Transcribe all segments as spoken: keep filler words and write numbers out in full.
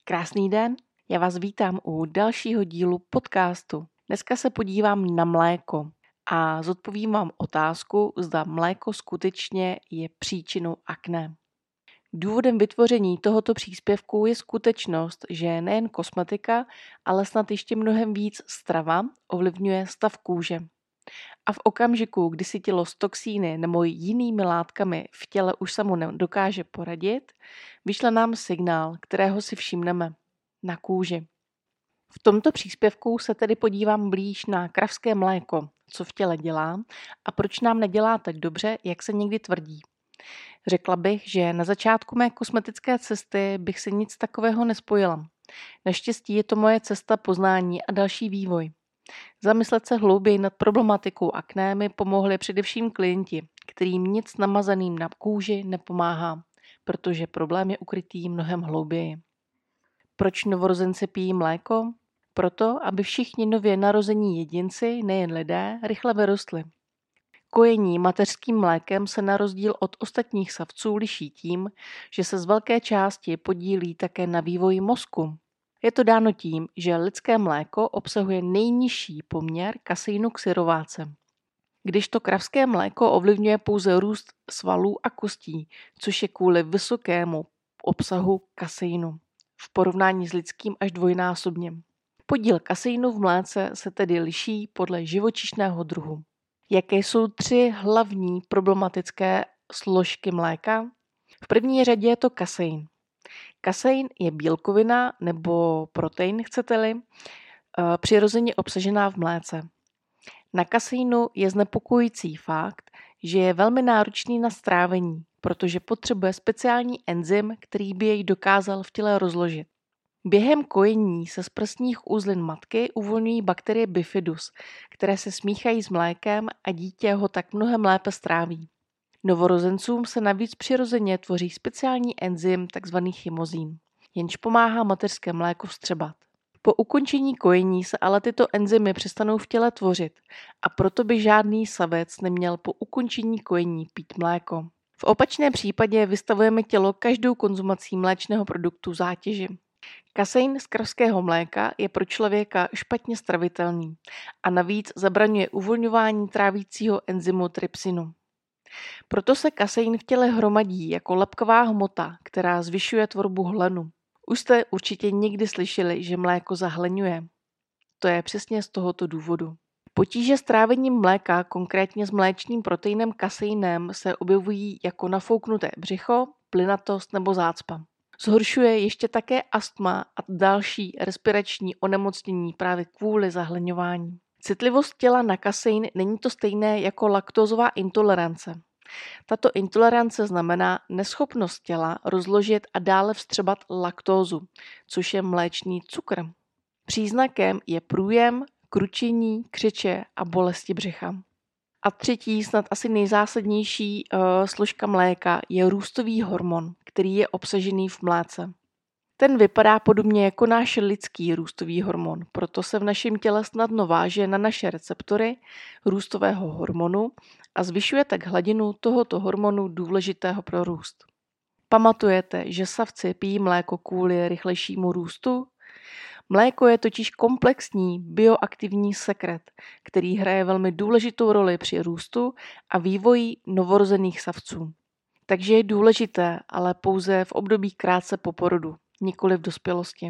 Krásný den, já vás vítám u dalšího dílu podcastu. Dneska se podívám na mléko a zodpovím vám otázku, zda mléko skutečně je příčinou akné. Důvodem vytvoření tohoto příspěvku je skutečnost, že nejen kosmetika, ale snad ještě mnohem víc strava ovlivňuje stav kůže. A v okamžiku, kdy si tělo s toxíny nebo jinými látkami v těle už samo nedokáže poradit, vyšle nám signál, kterého si všimneme na kůži. V tomto příspěvku se tedy podívám blíž na kravské mléko, co v těle dělá a proč nám nedělá tak dobře, jak se někdy tvrdí. Řekla bych, že na začátku mé kosmetické cesty bych si nic takového nespojila. Naštěstí je to moje cesta poznání a další vývoj. Zamyslet se hlouběji nad problematikou akné mi pomohli především klienti, kterým nic namazaným na kůži nepomáhá, protože problém je ukrytý mnohem hlouběji. Proč novorozenci pijí mléko? Proto, aby všichni nově narození jedinci, nejen lidé, rychle vyrostli. Kojení mateřským mlékem se na rozdíl od ostatních savců liší tím, že se z velké části podílí také na vývoji mozku. Je to dáno tím, že lidské mléko obsahuje nejnižší poměr kaseinu k syrováce. Kdežto kravské mléko ovlivňuje pouze růst svalů a kostí, což je kvůli vysokému obsahu kaseinu, v porovnání s lidským až dvojnásobně. Podíl kaseinu v mléce se tedy liší podle živočišného druhu. Jaké jsou tři hlavní problematické složky mléka? V první řadě je to kasein. Kasein je bílkovina nebo protein, chcete-li, přirozeně obsažená v mléce. Na kaseinu je znepokojující fakt, že je velmi náročný na strávení, protože potřebuje speciální enzym, který by jej dokázal v těle rozložit. Během kojení se z prsních uzlin matky uvolňují bakterie bifidus, které se smíchají s mlékem a dítě ho tak mnohem lépe stráví. Novorozencům se navíc přirozeně tvoří speciální enzym tzv. Chymozín, jenž pomáhá mateřské mléko vstřebat. Po ukončení kojení se ale tyto enzymy přestanou v těle tvořit a proto by žádný savec neměl po ukončení kojení pít mléko. V opačném případě vystavujeme tělo každou konzumací mléčného produktu zátěži. Kasein z kravského mléka je pro člověka špatně stravitelný a navíc zabraňuje uvolňování trávícího enzymu trypsinu. Proto se kasein v těle hromadí jako lepková hmota, která zvyšuje tvorbu hlenu. Už jste určitě někdy slyšeli, že mléko zahleňuje. To je přesně z tohoto důvodu. Potíže s trávením mléka, konkrétně s mléčným proteinem kaseinem, se objevují jako nafouknuté břicho, plynatost nebo zácpa. Zhoršuje ještě také astma a další respirační onemocnění právě kvůli zahleňování. Citlivost těla na kasein není to stejné jako laktózová intolerance. Tato intolerance znamená neschopnost těla rozložit a dále vstřebat laktózu, což je mléčný cukr. Příznakem je průjem, kručení, křeče a bolesti břicha. A třetí, snad asi nejzásadnější uh, složka mléka je růstový hormon, který je obsažený v mléce. Ten vypadá podobně jako náš lidský růstový hormon, proto se v našem těle snadno váže na naše receptory růstového hormonu a zvyšuje tak hladinu tohoto hormonu důležitého pro růst. Pamatujete, že savci pijí mléko kvůli rychlejšímu růstu? Mléko je totiž komplexní bioaktivní sekret, který hraje velmi důležitou roli při růstu a vývoji novorozených savců. Takže je důležité, ale pouze v období krátce po porodu, nikoli v dospělosti.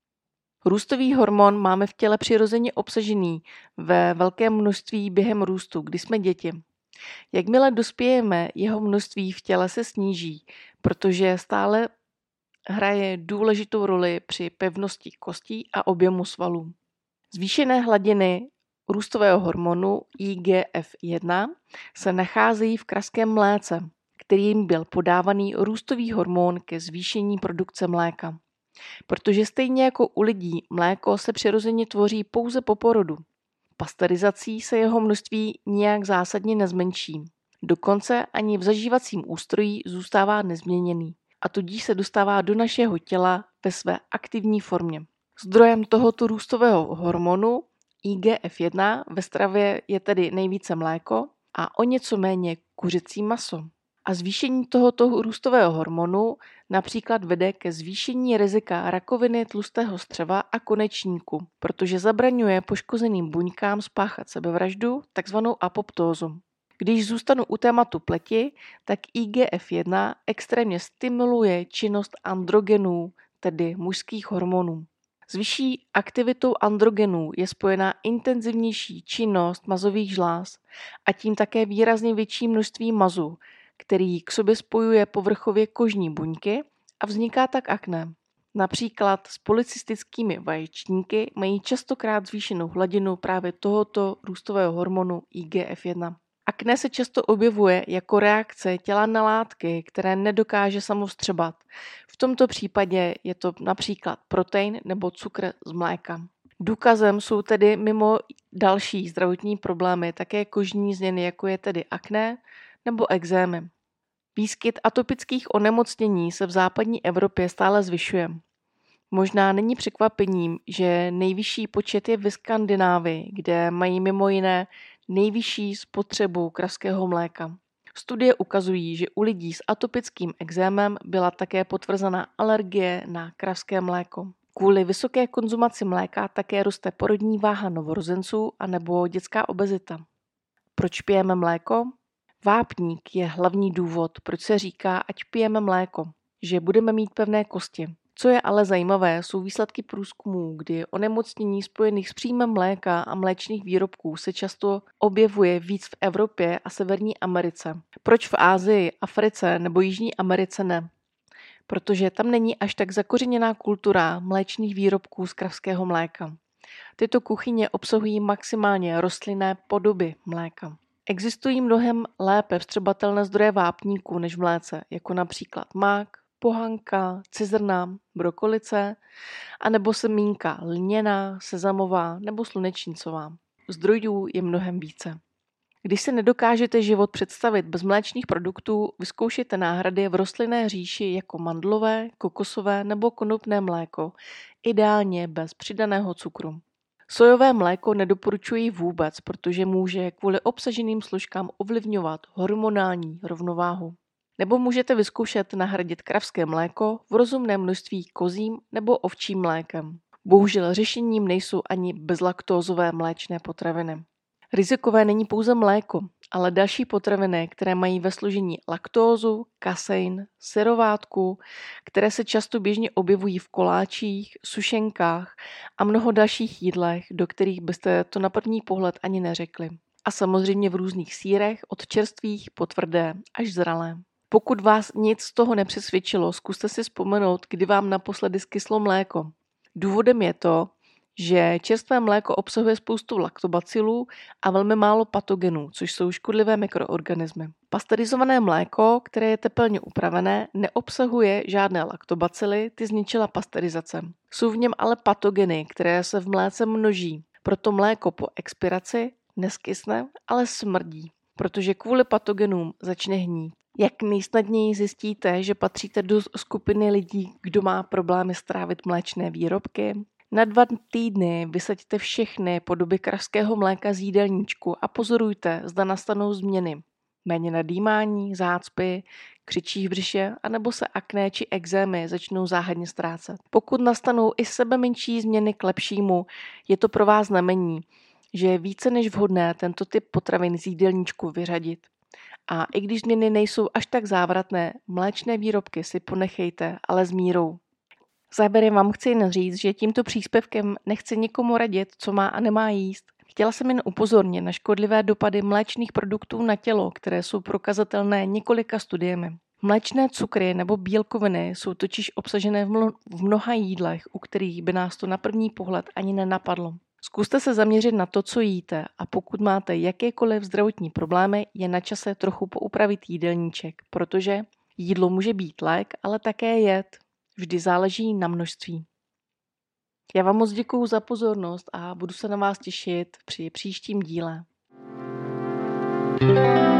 Růstový hormon máme v těle přirozeně obsažený ve velkém množství během růstu, kdy jsme děti. Jakmile dospějeme, jeho množství v těle se sníží, protože stále hraje důležitou roli při pevnosti kostí a objemu svalů. Zvýšené hladiny růstového hormonu I G F jedna se nacházejí v kravském mléce, kterým byl podávaný růstový hormon ke zvýšení produkce mléka. Protože stejně jako u lidí mléko se přirozeně tvoří pouze po porodu. Pasteurizací se jeho množství nijak zásadně nezmenší. Dokonce ani v zažívacím ústrojí zůstává nezměněný a tudíž se dostává do našeho těla ve své aktivní formě. Zdrojem tohoto růstového hormonu I G F jedna ve stravě je tedy nejvíce mléko a o něco méně kuřecí maso. A zvýšení tohoto růstového hormonu například vede ke zvýšení rizika rakoviny tlustého střeva a konečníku, protože zabraňuje poškozeným buňkám spáchat sebevraždu, takzvanou apoptózu. Když zůstanu u tématu pleti, tak I G F jedna extrémně stimuluje činnost androgenů, tedy mužských hormonů. S vyšší aktivitou androgenů je spojená intenzivnější činnost mazových žláz a tím také výrazně větší množství mazu, který k sobě spojuje povrchově kožní buňky a vzniká tak akné. Například s polycystickými vaječníky mají častokrát zvýšenou hladinu právě tohoto růstového hormonu I G F jedna. Akné se často objevuje jako reakce těla na látky, které nedokáže samo vstřebat. V tomto případě je to například protein nebo cukr z mléka. Důkazem jsou tedy mimo další zdravotní problémy také kožní změny, jako je tedy akné nebo ekzémy. Výskyt atopických onemocnění se v západní Evropě stále zvyšuje. Možná není překvapením, že nejvyšší počet je ve Skandinávii, kde mají mimo jiné nejvyšší spotřebu kravského mléka. Studie ukazují, že u lidí s atopickým ekzémem byla také potvrzená alergie na kravské mléko. Kvůli vysoké konzumaci mléka také roste porodní váha novorozenců anebo dětská obezita. Proč pijeme mléko? Vápník je hlavní důvod, proč se říká, ať pijeme mléko, že budeme mít pevné kosti. Co je ale zajímavé, jsou výsledky průzkumů, kdy onemocnění spojených s příjmem mléka a mléčných výrobků se často objevuje víc v Evropě a Severní Americe. Proč v Asii, Africe nebo Jižní Americe ne? Protože tam není až tak zakořeněná kultura mléčných výrobků z kravského mléka. Tyto kuchyně obsahují maximálně rostlinné podoby mléka. Existují mnohem lépe vstřebatelné zdroje vápníků než v mléce, jako například mák, pohanka, cizrna, brokolice, anebo semínka lněná, sezamová nebo slunečnicová. Zdrojů je mnohem více. Když se nedokážete život představit bez mléčných produktů, vyzkoušejte náhrady v rostlinné říši jako mandlové, kokosové nebo konopné mléko, ideálně bez přidaného cukru. Sojové mléko nedoporučuji vůbec, protože může kvůli obsaženým složkám ovlivňovat hormonální rovnováhu. Nebo můžete vyzkoušet nahradit kravské mléko v rozumném množství kozím nebo ovčím mlékem. Bohužel řešením nejsou ani bezlaktózové mléčné potraviny. Rizikové není pouze mléko, ale další potraviny, které mají ve složení laktózu, kasein, syrovátku, které se často běžně objevují v koláčích, sušenkách a mnoho dalších jídlech, do kterých byste to na první pohled ani neřekli. A samozřejmě v různých sýrech, od čerstvých po tvrdé až zralé. Pokud vás nic z toho nepřesvědčilo, zkuste si vzpomenout, kdy vám naposledy skyslo mléko. Důvodem je to, že čerstvé mléko obsahuje spoustu laktobacilů a velmi málo patogenů, což jsou škodlivé mikroorganismy. Pasteurizované mléko, které je tepelně upravené, neobsahuje žádné laktobacily, ty zničila pasteurizace. Jsou v něm ale patogeny, které se v mléce množí. Proto mléko po expiraci neskysne, ale smrdí, protože kvůli patogenům začne hnít. Jak nejsnadněji zjistíte, že patříte do skupiny lidí, kdo má problémy strávit mléčné výrobky? Na dva týdny vysaďte všechny podoby kravského mléka z jídelníčku a pozorujte, zda nastanou změny. Méně nadýmání, zácpy, křičí v břiše, anebo se akné či ekzémy začnou záhadně ztrácet. Pokud nastanou i sebe menší změny k lepšímu, je to pro vás znamení, že je více než vhodné tento typ potravin z jídelníčku vyřadit. A i když změny nejsou až tak závratné, mléčné výrobky si ponechejte, ale s mírou. Závěrem vám chci jen říct, že tímto příspěvkem nechci nikomu radit, co má a nemá jíst. Chtěla jsem jen upozornit na škodlivé dopady mléčných produktů na tělo, které jsou prokazatelné několika studiemi. Mléčné cukry nebo bílkoviny jsou totiž obsažené v mnoha jídlech, u kterých by nás to na první pohled ani nenapadlo. Zkuste se zaměřit na to, co jíte, a pokud máte jakékoliv zdravotní problémy, je na čase trochu poupravit jídelníček, protože jídlo může být lék, ale také jed. Vždy záleží na množství. Já vám moc děkuju za pozornost a budu se na vás těšit při příštím díle.